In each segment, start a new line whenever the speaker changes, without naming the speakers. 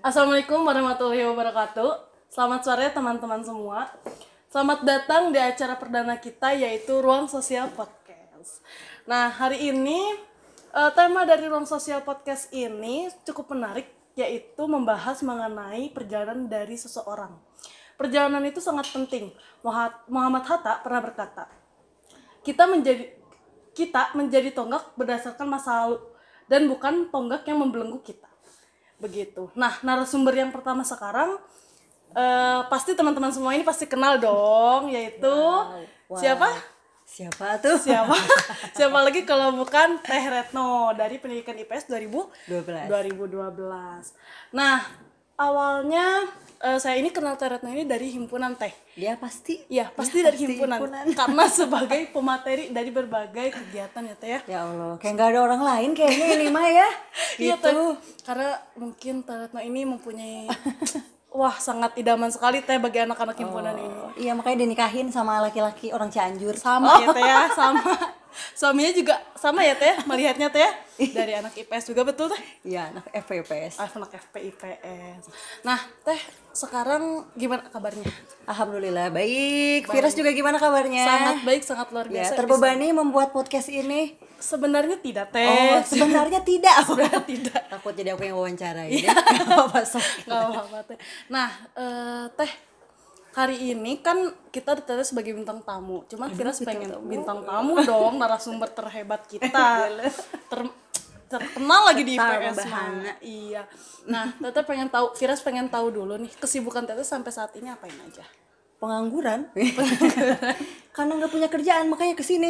Assalamualaikum warahmatullahi wabarakatuh. Selamat sore teman-teman semua. Selamat datang di acara perdana kita yaitu Ruang Sosial Podcast. Nah, hari ini tema dari Ruang Sosial Podcast ini cukup menarik, yaitu membahas mengenai perjalanan dari seseorang. Perjalanan itu sangat penting. Muhammad Hatta pernah berkata, kita menjadi tonggak berdasarkan masa lalu dan bukan tonggak yang membelenggu kita. Begitu. Nah, narasumber yang pertama sekarang pasti teman-teman semua ini pasti kenal dong, yaitu
Wow.
Siapa tuh? Siapa lagi kalau bukan Teh Retno dari Pendidikan IPS 2012. Nah, awalnya saya ini kenal Teh Retno ini dari himpunan Teh.
Dia pasti.
Iya, pasti dari himpunan. Karena sebagai pemateri dari berbagai kegiatan ya Teh ya.
Ya Allah, kayak nggak ada orang lain kayaknya ini mah ya.
Iya Teh. Karena mungkin Teh Retno ini mempunyai wah, sangat idaman sekali Teh bagi anak-anak himpunan ini.
Iya, makanya dinikahin sama laki-laki orang Cianjur.
Sama ya Teh ya, sama. Suaminya juga sama ya Teh, melihatnya Teh dari anak IPS juga, betul Teh?
Iya, anak FPIPS.
Anak FPIPS. Nah, Teh, sekarang gimana kabarnya?
Alhamdulillah baik. Firas juga gimana kabarnya?
Sangat baik, sangat luar
Ya,
biasa.
terbebani membuat podcast ini.
Sebenarnya tidak Teh.
Oh, sebenarnya tidak.
Sebenarnya tidak.
Takut jadi aku yang wawancara ini. Gak apa-apa, sok.
Gak apa-apa Teh. Nah, Teh, hari ini kan kita diterima sebagai bintang tamu. Cuman Firas pengen bintang tamu dong, narasumber terhebat kita. Terkenal lagi di IPS mah. Iya. Nah, Teteh pengen tahu, Firas pengen tahu dulu nih, kesibukan Teteh sampai saat ini apain aja?
Pengangguran. Karena nggak punya kerjaan makanya kesini.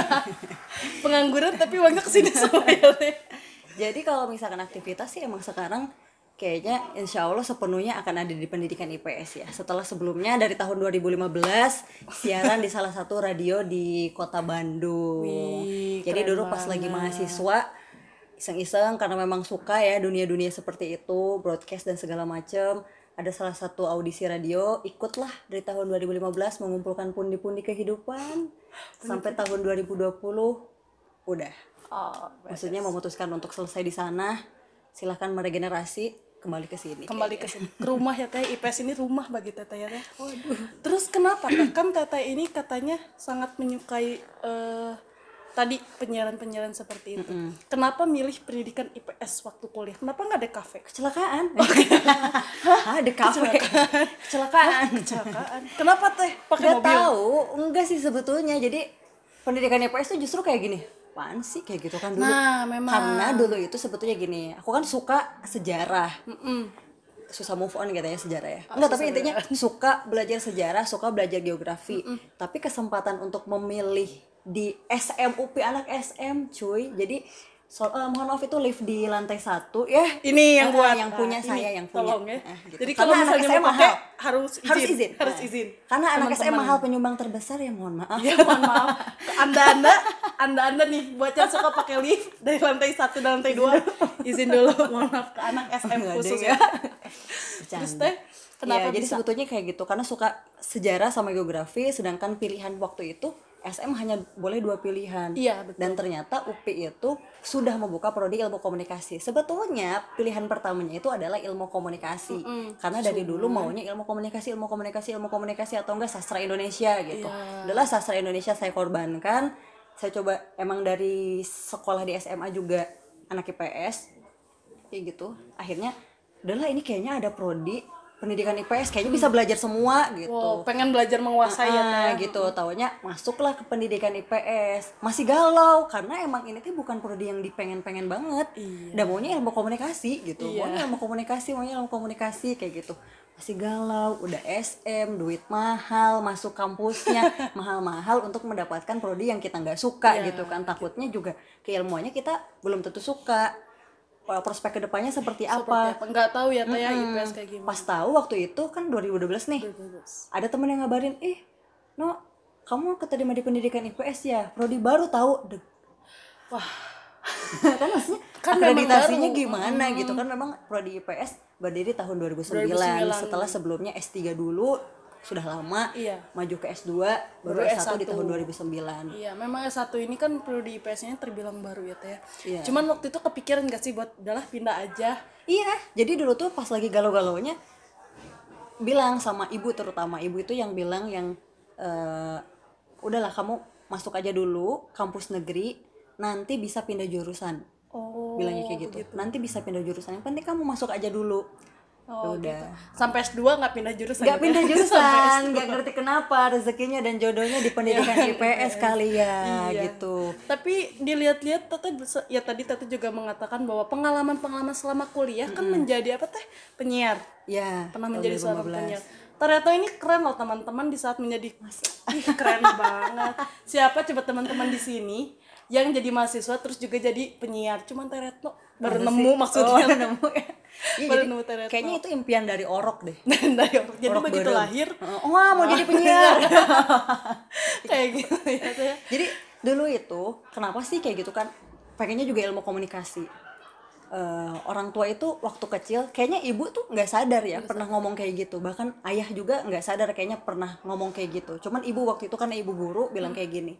Pengangguran tapi uangnya kesini semua ya Teh.
Jadi kalau misalkan aktivitas sih emang sekarang kayaknya insya Allah sepenuhnya akan ada di pendidikan IPS ya. Setelah sebelumnya dari tahun 2015 siaran di salah satu radio di kota Bandung. Jadi dulu pas lagi mahasiswa iseng-iseng karena memang suka ya dunia-dunia seperti itu, broadcast dan segala macem. Ada salah satu audisi radio, ikutlah dari tahun 2015 mengumpulkan pundi-pundi kehidupan sampai tahun 2020 udah. Maksudnya memutuskan untuk selesai di sana, silahkan meregenerasi, kembali ke sini.
Kembali ke sini. Ke rumah ya Teh, IPS ini rumah bagi Teteh ya Teh. Terus kenapa Teh? Kan Teteh ini katanya sangat menyukai tadi penyiaran-penyiaran seperti itu. Kenapa milih pendidikan IPS waktu kuliah? Kenapa nggak DKV?
Kecelakaan. Hah, DKV. Kecelakaan.
Kenapa Teh pakai mobil?
Gak tahu, enggak sih sebetulnya. Jadi pendidikan IPS itu justru kayak gini. Apaan sih kayak gitu kan dulu?
Nah, memang.
Karena dulu itu sebetulnya gini. Aku kan suka sejarah. Susah move on katanya sejarah ya. Enggak, tapi intinya suka belajar sejarah, suka belajar geografi. Tapi kesempatan untuk memilih di SMUP anak SM cuy. Jadi mohon maaf itu lift di lantai 1 ya.
Ini yang buat
yang punya saya yang punya.
Tolong ya.
Gitu.
Jadi kalau misalnya mau pakai harus izin.
Karena anak SM mahal, penyumbang terbesar ya, mohon maaf.
Ya mohon maaf. Anda nih buat yang suka pakai lift dari lantai 1 dan lantai 2 izin dulu, mohon maaf ke anak SM khusus ya. Terus Teh, kenapa
jadi
bisa?
sebetulnya kayak gitu karena suka sejarah sama geografi, sedangkan pilihan waktu itu SM hanya boleh 2 pilihan.
Iya, betul.
Dan ternyata UPI itu sudah membuka prodi ilmu komunikasi. Sebetulnya pilihan pertamanya itu adalah ilmu komunikasi. Karena dari dulu maunya ilmu komunikasi atau enggak sastra Indonesia gitu. Adalah sastra Indonesia saya korbankan. Saya coba emang dari sekolah di SMA juga anak IPS kayak gitu. Akhirnya adalah ini kayaknya ada prodi pendidikan IPS kayaknya bisa belajar semua gitu.
Wow, pengen belajar menguasai ya
gitu. Taunya masuklah ke pendidikan IPS. Masih galau karena emang ini tuh bukan prodi yang dipengen-pengen banget. Dan maunya ilmu komunikasi gitu. Maunya ilmu komunikasi kayak gitu. Masih galau, udah SM, duit mahal, masuk kampusnya mahal-mahal untuk mendapatkan prodi yang kita nggak suka gitu kan. Takutnya juga keilmuannya kita belum tentu suka. Prospek kedepannya seperti apa?
Nggak tahu ya Teh ya IPS kayak gimana.
Pas tahu waktu itu kan 2012 nih. Ada temen yang ngabarin, No, kamu keterima di pendidikan IPS ya? Prodi baru tahu. Wah. Kan maksudnya akreditasinya gimana gitu kan, memang prodi IPS berdiri tahun 2009. Setelah sebelumnya S3 dulu sudah lama,
Iya.
maju ke S2, baru S1 di tahun 2009.
Iya, memang S1 ini kan prodi IPS-nya terbilang baru ya Teh.
Iya.
Cuman waktu itu kepikiran gak sih buat udahlah pindah aja.
Iya, jadi dulu tuh pas lagi galau-galaunya bilang sama ibu, terutama ibu itu yang bilang yang udahlah kamu masuk aja dulu kampus negeri, nanti bisa pindah jurusan.
Oh,
Bilangnya kayak gitu. Nanti bisa pindah jurusan. Yang penting kamu masuk aja dulu.
Oh,
Udah.
gitu. Sampai S2 nggak pindah jurusan.
Gak
gitu
pindah
ya?
jurusan, gak ngerti kenapa rezekinya dan jodohnya di pendidikan IPS kali ya,
Iya.
gitu.
Tapi dilihat-lihat Tete ya tadi Tete juga mengatakan bahwa pengalaman-pengalaman selama kuliah kan menjadi apa Teh? Penyiar.
Ya,
Pernah
tahun
menjadi seorang
2015.
penyiar. Ternyata ini keren loh teman-teman di saat menjadi ih keren banget. Siapa coba teman-teman di sini yang jadi mahasiswa terus juga jadi penyiar? Cuman Teretno baru
Masa
nemu
sih?
maksudnya.
Oh, nemu ya. Iya,
Baru
jadi
nemu Teretno.
kayaknya itu impian dari Orok deh.
Dari orang. Jadi
Orok
begitu
Beureum.
lahir
Wah, mau jadi penyiar.
kayak gitu ya Teh.
Jadi dulu itu kenapa sih kayak gitu kan? Pengennya juga ilmu komunikasi. Orang tua itu waktu kecil kayaknya ibu tuh nggak sadar ya pernah ngomong kayak gitu, bahkan ayah juga nggak sadar kayaknya pernah ngomong kayak gitu. Cuman ibu waktu itu karena ibu guru bilang kayak gini,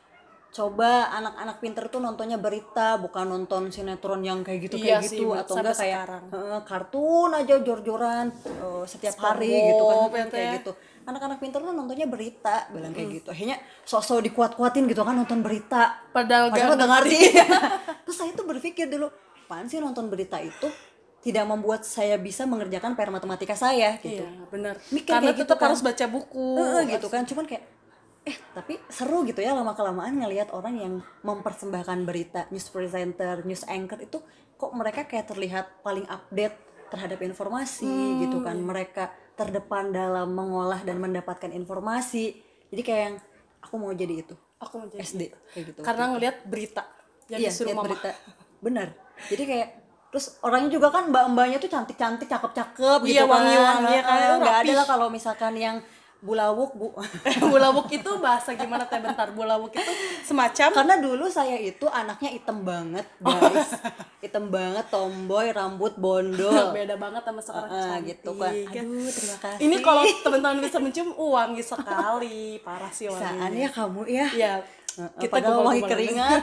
coba anak-anak pinter tuh nontonnya berita, bukan nonton sinetron yang kayak gitu
Iya
kayak
sih,
gitu,
Bu.
atau
Sampai
enggak kayak
sekarang.
kartun aja jor-joran setiap hari gitu kan,
SpongeBob ya,
kayak
Teh.
gitu. Anak-anak pinter tuh nontonnya berita, bilang kayak gitu. Akhirnya sok-sok dikuat-kuatin gitu kan nonton berita.
Padahal
Padahal
gak
nggak ngerti. Terus saya tuh berpikir dulu, apaan sih nonton berita itu tidak membuat saya bisa mengerjakan PR matematika saya gitu.
Iya, benar.
Mikir
Karena
kayak gitu
tetap
kan.
harus baca buku.
Gitu kan, cuman kayak tapi seru gitu ya lama-kelamaan ngelihat orang yang mempersembahkan berita, news presenter, news anchor itu kok mereka kayak terlihat paling update terhadap informasi gitu kan. Mereka terdepan dalam mengolah dan mendapatkan informasi. Jadi kayak yang aku mau jadi itu.
Aku mau jadi
SD kayak gitu.
karena ngelihat berita yang
Iya,
disuruh
lihat
mama.
berita. Benar. Jadi kayak terus orangnya juga kan mbak-mbaknya tuh cantik-cantik, cakep-cakep gitu
Iya,
kan.
wangi-wangi, kan,
Nggak ada
rapih.
lah kalau misalkan yang bulawuk
Bulawuk itu bahasa gimana Teh? Bentar, bulawuk itu semacam
karena dulu saya itu anaknya item banget guys. Item banget, tomboy, rambut bondol.
beda banget sama seorang cantik.
Gitu kan. Aduh, terima kasih.
Ini kalau teman-teman bisa mencium wangi sekali, parah sih
Saan
wanginya.
ya kamu ya.
Iya. Kita
Padahal wangi
gubal-gubalan
keringat.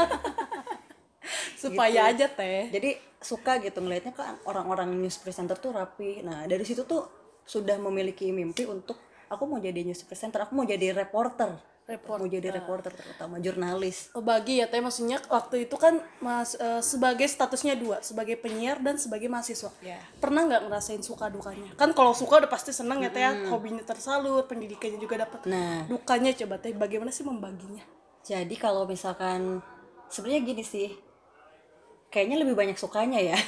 supaya aja Teh.
Jadi suka gitu ngelihatnya kan orang-orang news presenter tuh rapi. Nah, dari situ tuh sudah memiliki mimpi untuk aku mau jadi news presenter, aku mau jadi reporter. Mau jadi reporter terutama jurnalis.
Bagi ya Teh, maksudnya waktu itu kan sebagai statusnya dua, sebagai penyiar dan sebagai mahasiswa.
Ya.
Pernah nggak ngerasain suka dukanya? Kan kalau suka udah pasti seneng ya Teh, hobinya tersalur, pendidikannya juga dapat.
Nah,
Dukanya coba Teh, bagaimana sih membaginya?
jadi kalau misalkan sebenarnya gini sih, kayaknya lebih banyak sukanya ya.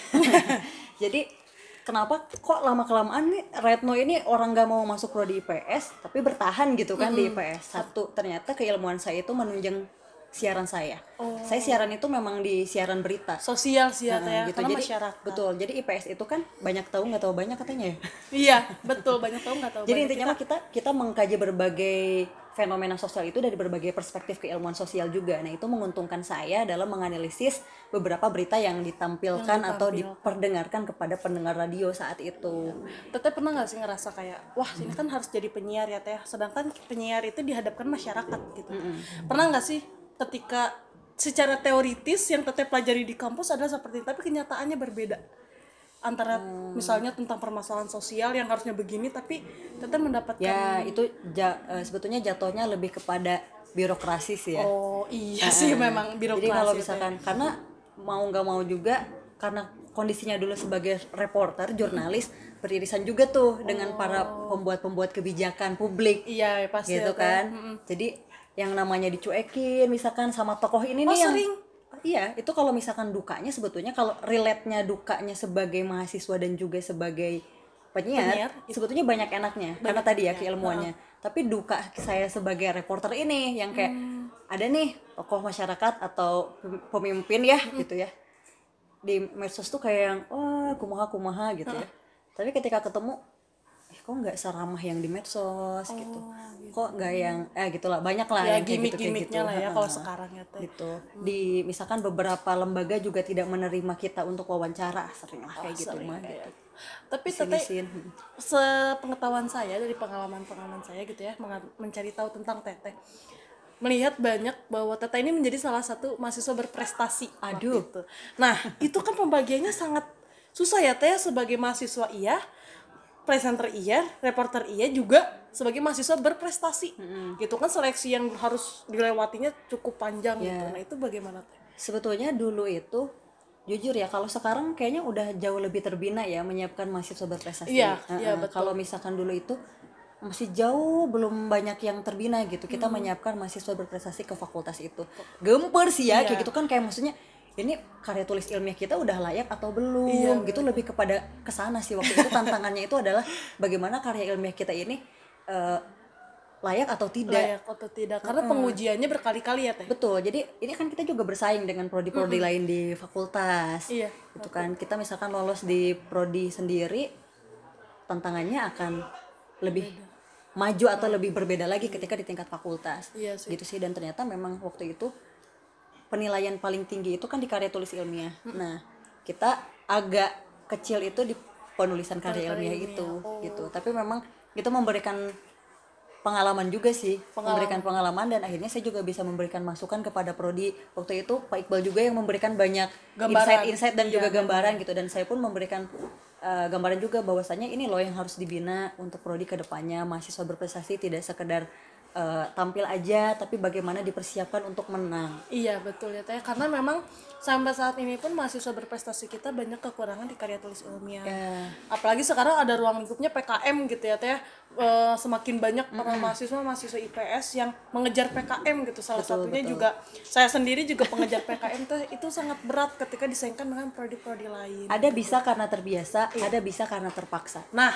Jadi kenapa kok lama-kelamaan nih Retno ini orang gak mau masuk prodi IPS tapi bertahan gitu kan di IPS. Satu, ternyata keilmuan saya itu menunjang siaran saya. Saya siaran itu memang di siaran berita.
Sosial sih ya Teh, ya,
Gitu.
karena
Jadi
masyarakat.
betul. Jadi IPS itu kan banyak tahu nggak tahu banyak katanya ya.
Iya, betul, banyak tahu nggak tahu.
Jadi
banyak.
intinya mah kita mengkaji berbagai fenomena sosial itu dari berbagai perspektif keilmuan sosial juga. Nah, itu menguntungkan saya dalam menganalisis beberapa berita yang ditampilkan atau diperdengarkan kepada pendengar radio saat itu.
Teteh pernah nggak sih ngerasa kayak, wah ini kan harus jadi penyiar ya Teh, sedangkan penyiar itu dihadapkan masyarakat gitu. Pernah nggak sih ketika secara teoritis yang Teteh pelajari di kampus adalah seperti itu, tapi kenyataannya berbeda antara misalnya tentang permasalahan sosial yang harusnya begini, tapi Teteh mendapatkan
Ya, itu sebetulnya jatuhnya lebih kepada birokrasi sih ya.
oh iya sih memang birokrasi.
Jadi kalau
Teh.
misalkan karena mau nggak mau juga karena kondisinya dulu sebagai reporter, jurnalis beririsan juga tuh dengan para pembuat-pembuat kebijakan publik.
Iya pasti
Gitu
ya, Teh.
kan. Jadi yang namanya dicuekin misalkan sama tokoh ini nih yang
sering?
Iya, itu kalau misalkan dukanya sebetulnya kalau relate-nya dukanya sebagai mahasiswa dan juga sebagai penyiar sebetulnya banyak enaknya karena tadi ya keilmuannya. Tapi duka saya sebagai reporter ini yang kayak ada nih tokoh masyarakat atau pemimpin ya gitu ya. Di medsos tuh kayak yang kumaha gitu ya. Tapi ketika ketemu kok nggak seramah yang di medsos gitu, kok nggak yang gitulah, banyak lah
Ya
yang kayak gitu
gimmick-gimmicknya lah ya
Heeh.
kalau sekarang ya teh.
Gitu di misalkan beberapa lembaga juga tidak menerima kita untuk wawancara, sering lah kayak gitu
Sering
mah
kayak
gitu.
tapi teteh
Isin-isin.
sepengetahuan saya dari pengalaman saya gitu ya mencari tahu tentang teteh, melihat banyak bahwa teteh ini menjadi salah satu mahasiswa berprestasi waktu
Aduh.
itu. Nah itu kan pembagiannya sangat susah ya teh, sebagai mahasiswa iya, presenter iya, reporter iya, juga sebagai mahasiswa berprestasi gitu kan, seleksi yang harus dilewatinya cukup panjang gitu.
Ya.
Nah itu bagaimana teh?
Sebetulnya dulu itu jujur ya, kalau sekarang kayaknya udah jauh lebih terbina ya menyiapkan mahasiswa berprestasi.
Iya, iya, betul.
Kalau misalkan dulu itu masih jauh, belum banyak yang terbina gitu. Kita menyiapkan mahasiswa berprestasi ke fakultas itu. Gemper sih ya,
Iya.
kayak gitu kan, kayak maksudnya ini karya tulis ilmiah kita udah layak atau belum
Iya,
gitu, lebih kepada kesana sih waktu itu. Tantangannya itu adalah bagaimana karya ilmiah kita ini layak atau tidak.
Layak atau tidak, karena pengujiannya berkali-kali ya teh.
Betul, jadi ini kan kita juga bersaing dengan prodi-prodi lain di fakultas.
Iya,
Itu kan kita misalkan lolos di prodi sendiri, tantangannya akan lebih maju atau lebih berbeda lagi ketika di tingkat fakultas.
Iya sih.
Gitu sih, dan ternyata memang waktu itu penilaian paling tinggi itu kan di karya tulis ilmiah. Nah, kita agak kecil itu di penulisan karya ilmiah itu gitu. Tapi memang itu memberikan pengalaman juga sih, memberikan pengalaman, dan akhirnya saya juga bisa memberikan masukan kepada prodi. Waktu itu Pak Iqbal juga yang memberikan banyak insight-insight dan juga gambaran gitu, dan saya pun memberikan gambaran juga bahwasanya ini loh yang harus dibina untuk prodi kedepannya. Mahasiswa berprestasi tidak sekedar tampil aja, tapi bagaimana dipersiapkan untuk menang.
Iya betul ya teh, karena memang sampai saat ini pun mahasiswa berprestasi kita banyak kekurangan di karya tulis ilmiah.
Ya.
Apalagi sekarang ada ruang lingkupnya PKM gitu ya teh. Semakin banyak para mahasiswa IPS yang mengejar PKM gitu. Salah satunya juga saya sendiri juga pengejar PKM teh, itu sangat berat ketika disaingkan dengan prodi-prodi lain.
Ada bisa karena terbiasa, ada bisa karena terpaksa.
Nah,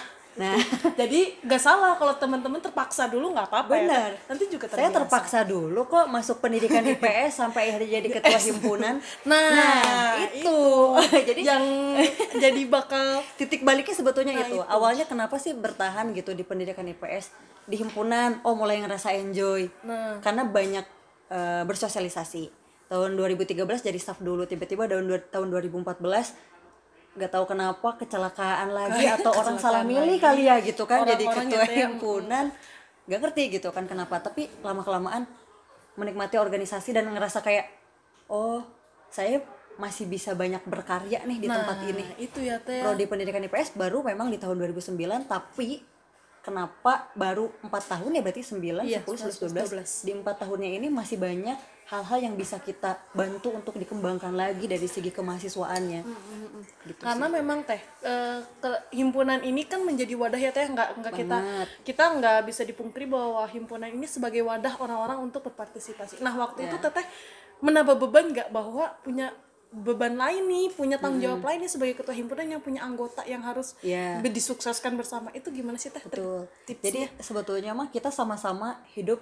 jadi gak salah kalau teman-teman terpaksa dulu, nggak apa-apa ya.
Benar.
Nanti juga
Saya
terbiasa.
terpaksa dulu kok masuk pendidikan IPS sampai akhirnya jadi ketua himpunan.
Nah,
itu. Jadi
yang jadi bakal
titik baliknya sebetulnya itu. Awalnya kenapa sih bertahan gitu di pendidikan IPS, di himpunan? Oh, mulai ngerasa enjoy. Karena banyak bersosialisasi. Tahun 2013 jadi staff dulu, tiba-tiba tahun 2014 nggak tahu kenapa kecelakaan lagi atau orang salah milih kali ya gitu kan, jadi ketua himpunan. Nggak ngerti gitu kan kenapa, tapi lama-kelamaan menikmati organisasi dan ngerasa kayak, oh saya masih bisa banyak berkarya nih di tempat ini.
itu ya teh.
Prodi pendidikan IPS baru memang di tahun 2009, tapi kenapa baru 4 tahun ya, berarti 9, 10, 11, 12. Di 4 tahunnya ini masih banyak hal-hal yang bisa kita bantu untuk dikembangkan lagi dari segi kemahasiswaannya. Gitu
Karena
sih.
memang teh himpunan ini kan menjadi wadah ya teh, nggak kita nggak bisa dipungkiri bahwa himpunan ini sebagai wadah orang-orang untuk berpartisipasi. Nah waktu itu teteh menambah beban nggak, bahwa punya beban lain nih, punya tanggung jawab lain nih sebagai ketua himpunan yang punya anggota yang harus disukseskan bersama. Itu gimana sih teh?
Betul.
Tipsnya?
Jadi sebetulnya mah kita sama-sama hidup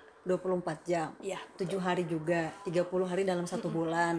24 jam.
Iya.
7 hari juga, 30 hari dalam 1 bulan.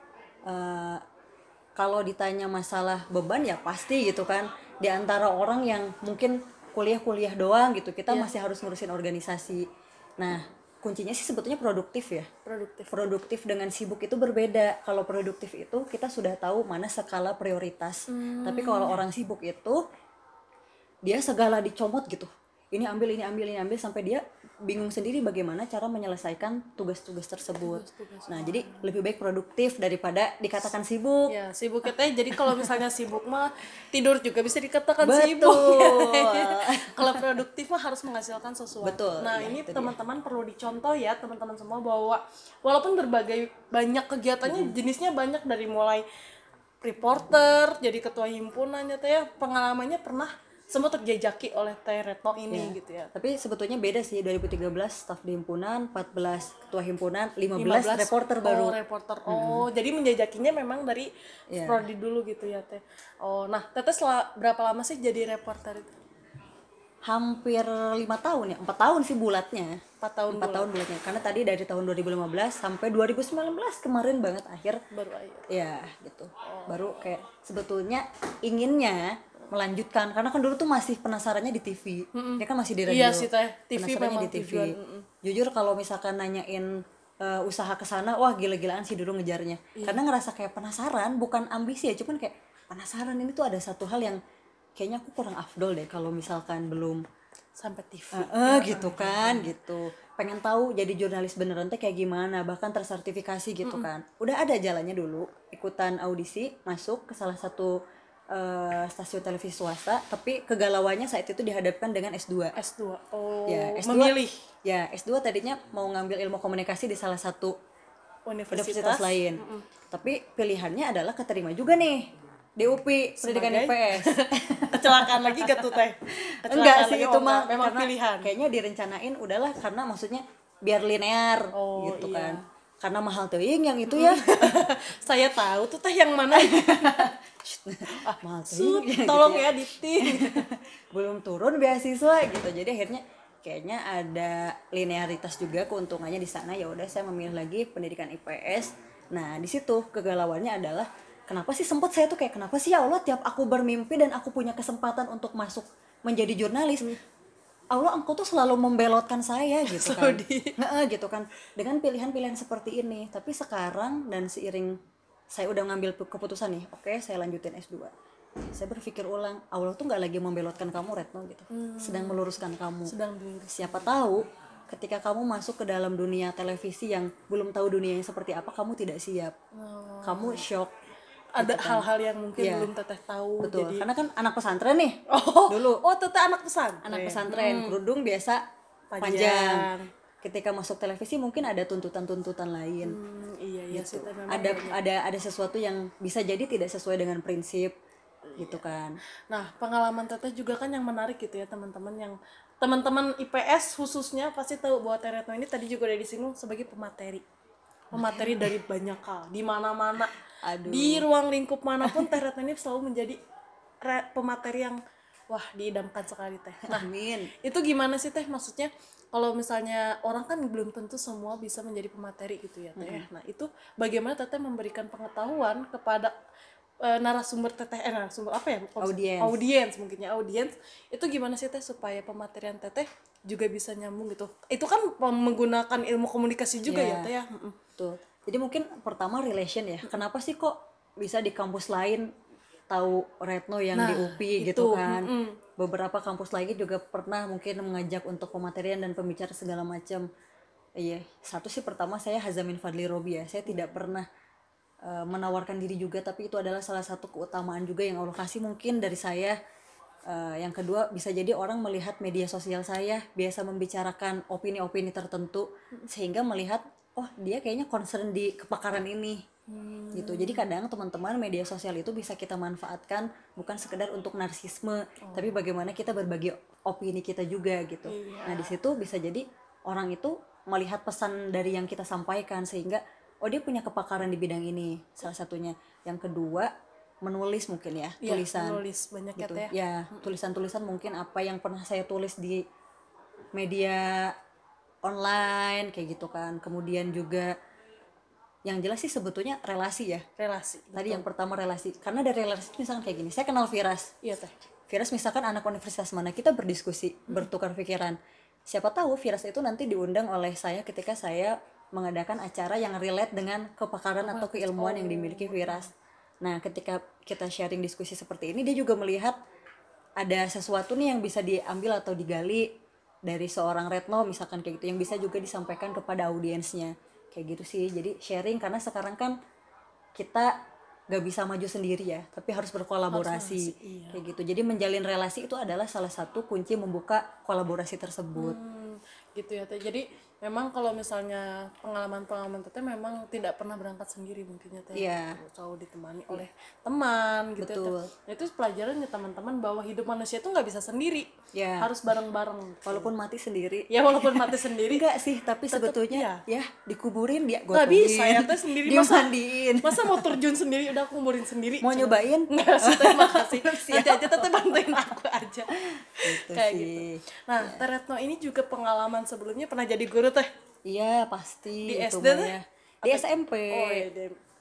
Kalau ditanya masalah beban ya pasti gitu kan. Di antara orang yang mungkin kuliah-kuliah doang gitu, kita masih harus ngurusin organisasi. Nah, kuncinya sih sebetulnya produktif ya. Produktif dengan sibuk itu berbeda. Kalau produktif itu kita sudah tahu mana skala prioritas. Tapi kalau orang sibuk itu dia segala dicomot gitu. Ini ambil sampai dia bingung sendiri bagaimana cara menyelesaikan tugas-tugas tersebut. Nah, jadi lebih baik produktif daripada dikatakan sibuk.
Ya, sibuk ya teh. Jadi kalau misalnya sibuk mah tidur juga bisa dikatakan
Betul.
sibuk. Kalau produktif mah harus menghasilkan sesuatu.
Betul.
Nah,
Ya,
ini
itu
teman-teman perlu dicontoh ya, teman-teman semua, bahwa walaupun berbagai banyak kegiatannya, jenisnya banyak, dari mulai reporter, jadi ketua himpunan ya teh, pengalamannya pernah semua terjejaki oleh Teh Retno ini gitu ya.
Tapi sebetulnya beda sih, 2013 staf di himpunan, 14 ketua himpunan, 15 reporter baru.
Reporter. Jadi menjajakinya memang dari prodi dulu gitu ya teh. Nah Teteh berapa lama sih jadi reporter itu?
Hampir 5 tahun ya, 4 tahun sih bulatnya.
4 tahun
bulatnya. Karena tadi dari tahun 2015 sampai 2019 kemarin banget akhir.
Baru aja.
Ya gitu. Baru kayak sebetulnya inginnya melanjutkan, karena kan dulu tuh masih penasarannya di TV. Dia kan masih di radio.
Iya sih teh, TV
Penasarannya
memang
di TV.
tujuan.
Jujur kalau misalkan nanyain usaha ke sana, wah gila-gilaan sih dulu ngejarnya. Karena ngerasa kayak penasaran, bukan ambisi ya, cuman kayak penasaran ini tuh ada satu hal yang kayaknya aku kurang afdol deh kalau misalkan belum
Sampai TV.
gitu kan gitu. Pengen tahu jadi jurnalis beneran teh kayak gimana, bahkan tersertifikasi gitu kan. Udah ada jalannya dulu, ikutan audisi, masuk ke salah satu stasiun televisi swasta, tapi kegalauannya saat itu dihadapkan dengan S2.
S2. Oh,
Ya, S2,
memilih
ya, S2 tadinya mau ngambil ilmu komunikasi di salah satu universitas
universitas.
lain. Tapi pilihannya adalah keterima juga nih di UPI, pendidikan
Sebagai?
IPS.
Kecelakaan lagi gak tuh teh?
Enggak sih
lagi,
itu
oh,
mah,
memang
karena
pilihan.
kayaknya direncanain udahlah, karena maksudnya biar linear
Oh,
gitu
iya.
kan. Karena mahal teuing yang itu ya.
Saya tahu tuh teh yang mana.
Mahal
Sud,
teuing.
tolong ya editing.
Belum turun beasiswa gitu. Jadi akhirnya kayaknya ada linearitas juga keuntungannya di sana. Ya udah saya memilih lagi pendidikan IPS. Nah, di situ kegalauannya adalah kenapa sih sempet saya tuh kayak kenapa sih ya Allah tiap aku bermimpi dan aku punya kesempatan untuk masuk menjadi jurnalis, Allah engkau tuh selalu membelotkan saya gitu kan. Gitu kan dengan pilihan-pilihan seperti ini. Tapi sekarang dan seiring saya udah ngambil keputusan nih, oke saya lanjutin S2, saya berpikir ulang, Allah tuh nggak lagi membelotkan kamu Retno gitu, sedang meluruskan kamu.
Sedang dilurus.
Siapa tahu ketika kamu masuk ke dalam dunia televisi yang belum tahu dunianya seperti apa, kamu tidak siap, kamu shock.
Ada hal-hal yang mungkin
Iya.
belum teteh tahu.
Betul,
Jadi
karena kan anak pesantren nih
dulu. Oh, teteh anak pesan.
anak pesantren, kerudung biasa panjang. Ketika masuk televisi mungkin ada tuntutan-tuntutan lain.
Iya sih teh memang.
Ada sesuatu yang bisa jadi tidak sesuai dengan prinsip gitu kan.
Nah, pengalaman teteh juga kan yang menarik gitu ya teman-teman, yang teman-teman IPS khususnya pasti tahu bahwa Teh Retno ini tadi juga udah disinggung sebagai pemateri dari banyak hal, di mana-mana, di ruang lingkup manapun Teh Retno ini selalu menjadi pemateri yang wah diidamkan sekali teh. Nah,
Amin.
itu gimana sih teh, maksudnya kalau misalnya orang kan belum tentu semua bisa menjadi pemateri gitu ya teh. Nah, itu bagaimana teteh memberikan pengetahuan kepada narasumber teteh, narasumber apa ya? Audiens mungkinnya audiens. Itu gimana sih teh supaya pematerian teteh juga bisa nyambung gitu. Itu kan menggunakan ilmu komunikasi juga ya teh ya.
Betul. Jadi mungkin pertama relation ya. Kenapa sih kok bisa di kampus lain tahu Retno yang di UPI gitu kan. Beberapa kampus lagi juga pernah mungkin mengajak untuk pematerian dan pembicara segala macam. Iya, satu sih pertama saya Hazamin Fadli Robi ya. Saya tidak pernah menawarkan diri juga, tapi itu adalah salah satu keutamaan juga yang Allah kasih mungkin dari saya. Yang kedua, bisa jadi orang melihat media sosial saya biasa membicarakan opini-opini tertentu, sehingga melihat oh dia kayaknya concern di kepakaran ini gitu. Jadi kadang teman-teman media sosial itu bisa kita manfaatkan bukan sekedar untuk narsisme, tapi bagaimana kita berbagi opini kita juga gitu. Nah di situ bisa jadi orang itu melihat pesan dari yang kita sampaikan, sehingga oh dia punya kepakaran di bidang ini, salah satunya. Yang kedua, menulis mungkin ya, tulisan.
Menulis banyak
gitu.
ya teh.
Ya, tulisan-tulisan mungkin apa yang pernah saya tulis di media online kayak gitu kan. Kemudian juga yang jelas sih sebetulnya relasi ya.
Relasi.
Tadi yang pertama relasi. Karena dari relasi misalkan kayak gini, saya kenal Firas.
Iya teh.
Firas misalkan anak universitas mana, kita berdiskusi, bertukar pikiran. Siapa tahu Firas itu nanti diundang oleh saya ketika saya mengadakan acara yang relate dengan kepakaran atau keilmuan yang dimiliki Firas. Nah, ketika kita sharing diskusi seperti ini, dia juga melihat ada sesuatu nih yang bisa diambil atau digali dari seorang Retno misalkan kayak gitu, yang bisa juga disampaikan kepada audiensnya. Kayak gitu sih. Jadi sharing, karena sekarang kan kita gak bisa maju sendiri ya, tapi harus berkolaborasi. Kayak gitu. Jadi menjalin relasi itu adalah salah satu kunci membuka kolaborasi tersebut.
Gitu ya teh. Jadi memang kalau misalnya pengalaman teteh memang tidak pernah berangkat sendiri mungkinnya teh.
Iya.
Selalu ditemani oleh teman gitu.
Betul.
Ya, teh. Nah, itu pelajaran ya teman-teman bahwa hidup manusia itu nggak bisa sendiri.
Ya.
Harus bareng-bareng.
Walaupun mati sendiri.
Ya walaupun mati sendiri.
Enggak sih, tapi sebetulnya ya dikuburin dia
nggak bisa ya teh sendiri, masa mau terjun sendiri udah kuburin sendiri.
Mau nyobain?
Enggak sih teh, makasih. Nanti aja teteh bantuin aku aja.
Gitu
Kayak
sih.
gitu. Nah, Teh Retno ini juga pengalaman sebelumnya pernah jadi guru teh.
Iya pasti
Di
itu
SD
mah
teh?
ya. Di SMP.
Oh iya,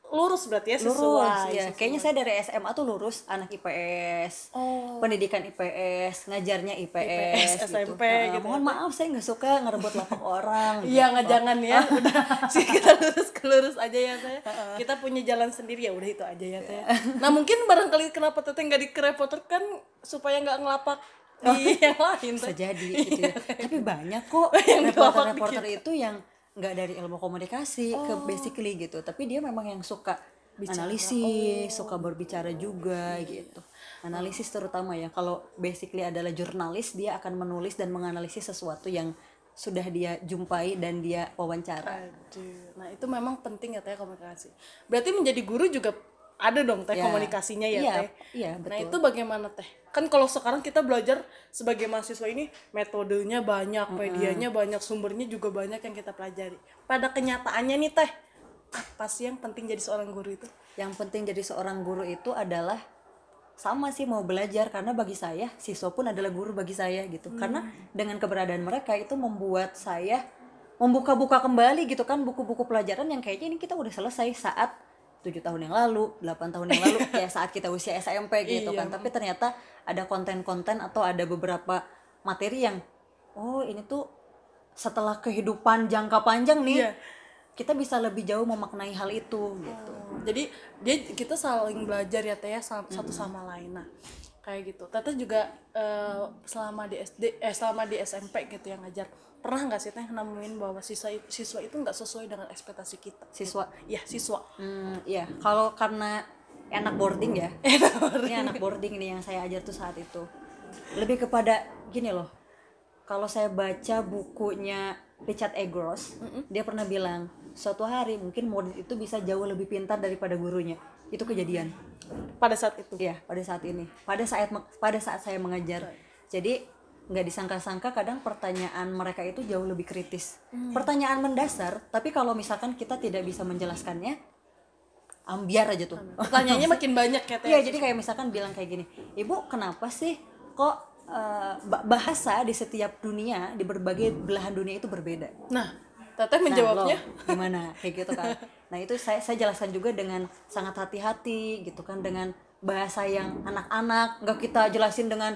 lurus berarti ya,
lurus
sesuai.
ya. Kayaknya saya dari SMA tuh lurus, anak IPS, pendidikan IPS, ngajarnya IPS,
SMP
gitu.
gitu.
Mohon maaf saya nggak suka ngerebut lapak orang.
Iya, nggak, jangan ya, udah sih kita lurus ke lurus aja ya Teh. Kita punya jalan sendiri, ya udah itu aja ya Teh. Nah mungkin barangkali kenapa Teteh nggak di reporter kan supaya nggak ngelapak di yang lain
Bisa
Teh.
jadi gitu ya. Tapi banyak kok
Yang dilapak
reporter-reporter itu yang nggak dari ilmu komunikasi ke basically gitu, tapi dia memang yang suka analisis, suka berbicara juga gitu. Analisis terutama ya. Kalau basically adalah jurnalis, dia akan menulis dan menganalisis sesuatu yang sudah dia jumpai dan dia wawancara.
Aduh. Nah itu memang penting ya Teh, komunikasi. Berarti menjadi guru juga ada dong Teh
Ya.
komunikasinya ya
Iya,
Teh.
iya,
Nah
betul.
itu bagaimana Teh? Kan kalau sekarang kita belajar sebagai mahasiswa ini metodenya banyak, medianya banyak, sumbernya juga banyak yang kita pelajari. Pada kenyataannya nih Teh, apa sih yang penting jadi seorang guru itu?
Yang penting jadi seorang guru itu adalah sama sih mau belajar, karena bagi saya siswa pun adalah guru bagi saya gitu. Karena dengan keberadaan mereka itu membuat saya membuka-buka kembali gitu kan buku-buku pelajaran yang kayaknya ini kita udah selesai saat 7 tahun yang lalu, 8 tahun yang lalu ya saat kita usia SMP gitu kan. Tapi ternyata ada konten-konten atau ada beberapa materi yang oh ini tuh setelah kehidupan jangka panjang nih
Iya.
kita bisa lebih jauh memaknai hal itu gitu.
Jadi kita saling belajar ya Teh ya, satu sama lain. Nah kayak gitu. Teteh juga selama di selama di SMP gitu yang ngajar, pernah nggak sih Teh nemuin bahwa siswa itu nggak sesuai dengan ekspektasi kita?
Siswa
Iya, siswa.
iya, kalau karena anak boarding ya. Ini anak boarding ini yang saya ajar tuh saat itu. Lebih kepada gini loh. Kalau saya baca bukunya Richard E. Gross, dia pernah bilang, suatu hari mungkin murid itu bisa jauh lebih pintar daripada gurunya. Itu kejadian.
Pada saat itu.
Iya, pada saat ini. Pada saat saya mengajar. Jadi nggak disangka-sangka kadang pertanyaan mereka itu jauh lebih kritis. Pertanyaan mendasar, tapi kalau misalkan kita tidak bisa menjelaskannya, ambiar aja tuh.
Pertanyaannya makin banyak ya Teh.
Iya, jadi kayak misalkan bilang kayak gini, Ibu kenapa sih kok bahasa di setiap dunia, di berbagai belahan dunia itu berbeda?
Nah, Teteh
Nah,
menjawabnya
lo gimana? Kayak gitu kan. Nah, itu saya jelaskan juga dengan sangat hati-hati gitu kan, dengan bahasa yang anak-anak, nggak kita jelasin dengan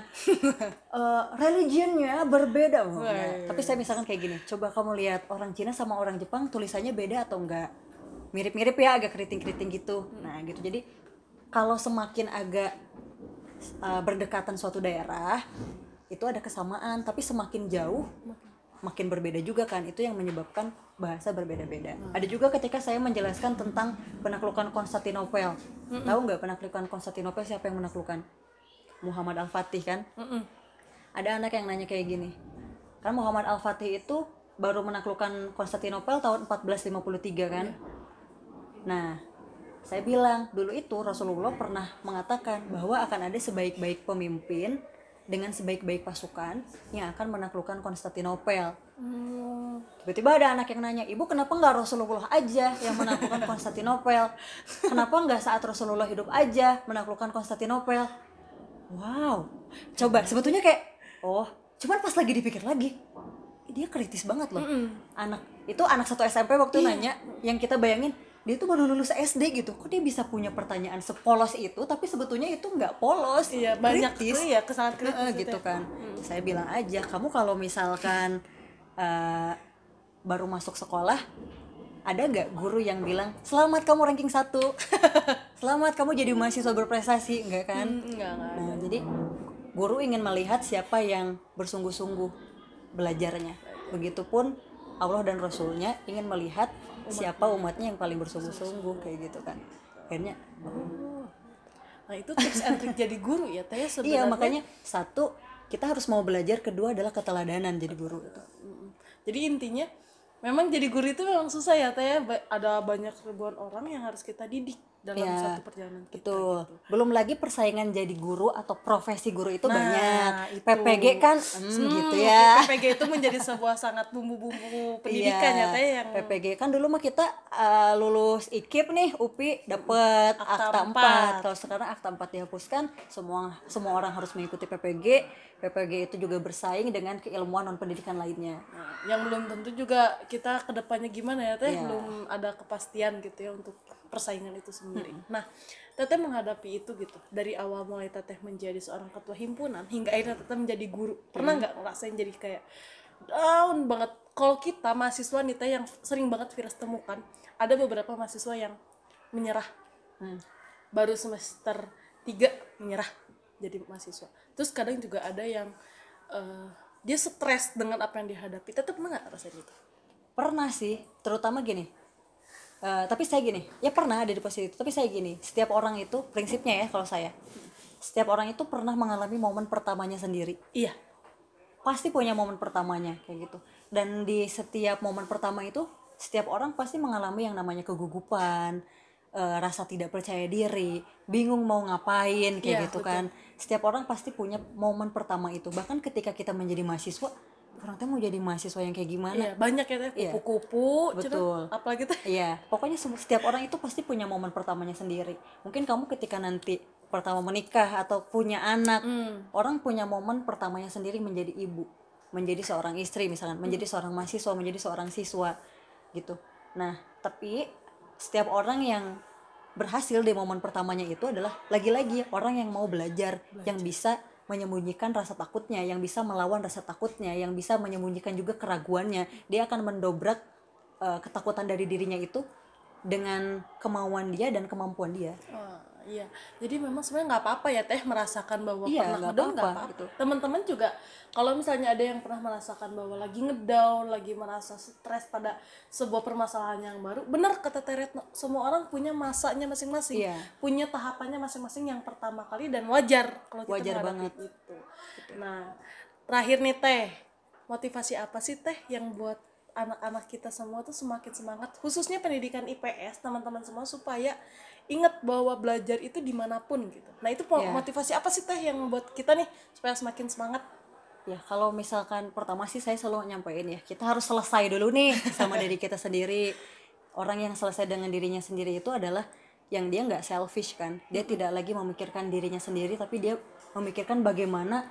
religionnya berbeda. Oh, enggak. Tapi saya misalkan kayak gini, coba kamu lihat orang Cina sama orang Jepang tulisannya beda atau enggak? Mirip-mirip ya, agak keriting-keriting gitu. Nah gitu, jadi kalau semakin agak berdekatan suatu daerah itu ada kesamaan, tapi semakin jauh makin berbeda juga kan. Itu yang menyebabkan bahasa berbeda-beda. Ada juga ketika saya menjelaskan tentang penaklukan Konstantinopel. Tahu nggak penaklukan Konstantinopel siapa yang menaklukkan? Muhammad Al-Fatih kan. Ada anak yang nanya kayak gini, kan Muhammad Al-Fatih itu baru menaklukkan Konstantinopel tahun 1453 kan. Nah, saya bilang dulu itu Rasulullah pernah mengatakan bahwa akan ada sebaik-baik pemimpin dengan sebaik-baik pasukan yang akan menaklukkan Konstantinopel. Tiba-tiba ada anak yang nanya, Ibu kenapa nggak Rasulullah aja yang menaklukkan Konstantinopel? Kenapa nggak saat Rasulullah hidup aja menaklukkan Konstantinopel? Wow, coba sebetulnya kayak, oh, cuman pas lagi dipikir lagi, dia kritis banget loh. Anak satu SMP waktu nanya, yang kita bayangin dia tuh baru lulus SD gitu, kok dia bisa punya pertanyaan sepolos itu, tapi sebetulnya itu nggak polos.
Iya, banyak
kritis.
tuh ya, sangat kritis
gitu kan. Saya bilang aja, kamu kalau misalkan baru masuk sekolah, ada nggak guru yang bilang selamat kamu ranking 1, selamat kamu jadi mahasiswa berprestasi, enggak kan?
Enggak.
Nah, jadi guru ingin melihat siapa yang bersungguh-sungguh belajarnya. Begitupun Allah dan Rasulnya ingin melihat siapa umatnya yang paling bersungguh-sungguh, kayak gitu kan. Akhirnya
Nah itu tips and trick jadi guru ya Teh sebenarnya.
iya, makanya satu kita harus mau belajar, kedua adalah keteladanan jadi guru itu.
Jadi intinya memang jadi guru itu memang susah ya Teh. Ada banyak ribuan orang yang harus kita didik dalam
Ya,
satu perjalanan kita.
betul. Belum lagi persaingan jadi guru atau profesi guru itu
Nah,
banyak.
itu.
PPG kan gitu ya.
PPG itu menjadi sebuah sangat bumbu-bumbu pendidikan ya Teh yang
PPG kan dulu mah kita lulus IKIP nih, UPI dapet akta 4. Kalau sekarang akta 4 dihapuskan, semua orang harus mengikuti PPG. PPG itu juga bersaing dengan keilmuan non pendidikan lainnya.
yang belum tentu juga kita kedepannya gimana ya Teh,
Iya.
belum ada kepastian gitu ya untuk persaingan itu sendiri. Nah, Teteh menghadapi itu gitu dari awal mulai Teteh menjadi seorang ketua himpunan hingga akhirnya Teteh menjadi guru. Pernah nggak ngerasain jadi kayak down banget? Kalau kita mahasiswa nih Teh yang sering banget Firas temukan, ada beberapa mahasiswa yang menyerah. Baru semester 3 menyerah jadi mahasiswa. Terus kadang juga ada yang dia stres dengan apa yang dihadapi. Teteh pernah nggak rasain itu?
Pernah sih, terutama gini. Tapi saya gini, ya pernah ada di posisi itu. Tapi saya gini, setiap orang itu prinsipnya ya kalau saya, setiap orang itu pernah mengalami momen pertamanya sendiri.
Iya.
Pasti punya momen pertamanya kayak gitu. Dan di setiap momen pertama itu, setiap orang pasti mengalami yang namanya kegugupan, rasa tidak percaya diri, bingung mau ngapain kayak
Iya,
gitu
betul.
kan. Setiap orang pasti punya momen pertama itu. Bahkan ketika kita menjadi mahasiswa, orang tuh mau jadi mahasiswa yang kayak gimana?
Iya, banyak ya Teh,
Iya.
kupu-kupu,
Betul.
apalagi Teh.
Iya, pokoknya setiap orang itu pasti punya momen pertamanya sendiri. Mungkin kamu ketika nanti pertama menikah atau punya anak, orang punya momen pertamanya sendiri menjadi ibu, menjadi seorang istri misalkan, menjadi seorang mahasiswa, menjadi seorang siswa gitu. Nah, tapi setiap orang yang berhasil di momen pertamanya itu adalah lagi-lagi orang yang mau belajar, yang bisa menyembunyikan rasa takutnya, yang bisa melawan rasa takutnya, yang bisa menyembunyikan juga keraguannya. Dia akan mendobrak ketakutan dari dirinya itu dengan kemauan dia dan kemampuan dia.
Iya, jadi memang sebenarnya nggak apa-apa ya Teh merasakan bahwa
Iya,
pernah
nggak
ngedown, nggak
apa-apa,
apa-apa.
gitu.
Teman-teman juga kalau misalnya ada yang pernah merasakan bahwa lagi ngedown, lagi merasa stres pada sebuah permasalahan yang baru, benar kata Teh Retno, semua orang punya masanya masing-masing,
Iya.
punya tahapannya masing-masing yang pertama kali dan wajar kalau kita
Wajar
menghadapi
banget.
itu. Nah, terakhir nih Teh, motivasi apa sih Teh yang buat anak-anak kita semua tuh semakin semangat, khususnya pendidikan IPS, teman-teman semua, supaya ingat bahwa belajar itu dimanapun gitu. Nah itu
Iya.
motivasi apa sih Teh yang membuat kita nih supaya semakin semangat?
Ya, kalau misalkan pertama sih saya selalu nyampein ya, kita harus selesai dulu nih sama diri kita sendiri. Orang yang selesai dengan dirinya sendiri itu adalah yang dia nggak selfish kan. Dia tidak lagi memikirkan dirinya sendiri, tapi dia memikirkan bagaimana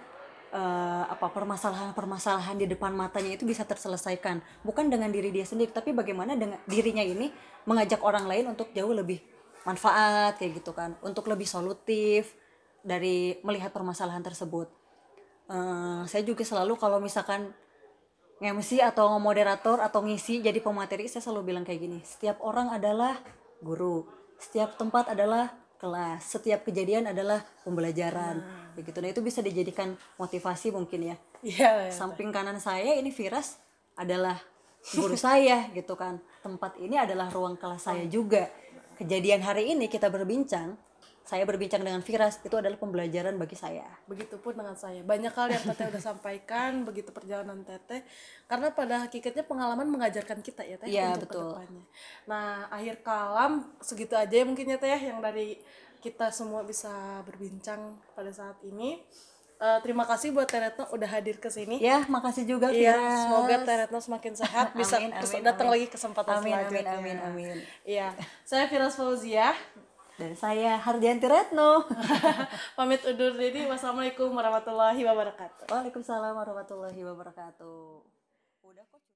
permasalahan-permasalahan di depan matanya itu bisa terselesaikan. Bukan dengan diri dia sendiri, tapi bagaimana dengan dirinya ini mengajak orang lain untuk jauh lebih manfaat kayak gitu kan, untuk lebih solutif dari melihat permasalahan tersebut. Saya juga selalu kalau misalkan nge-MC atau moderator atau ngisi jadi pemateri, saya selalu bilang kayak gini, setiap orang adalah guru, setiap tempat adalah kelas, setiap kejadian adalah pembelajaran begitu. Nah itu bisa dijadikan motivasi mungkin ya.
Iya.
Samping kanan saya ini Firas adalah guru saya gitu kan, tempat ini adalah ruang kelas saya juga. Kejadian hari ini kita berbincang, saya berbincang dengan Firas, itu adalah pembelajaran bagi saya.
Begitupun dengan saya. Banyak hal yang Teteh udah sampaikan, begitu perjalanan Teteh. Karena pada hakikatnya pengalaman mengajarkan kita ya Teh
Iya,
untuk
betul.
kedepannya. Nah, akhir kalam segitu aja ya mungkin ya Teh ya, yang dari kita semua bisa berbincang pada saat ini. Terima kasih buat Teh Retno udah hadir ke sini.
Ya, makasih juga
Iya,
Firas.
semoga Teh Retno semakin sehat, bisa
Amin, amin,
datang
amin.
lagi kesempatan
Amin,
selanjutnya.
amin, amin.
Iya, saya Firas Fauzia.
Dan saya Hardianti Retno.
Pamit undur diri. Wassalamualaikum warahmatullahi wabarakatuh.
Waalaikumsalam warahmatullahi wabarakatuh. Udah kok.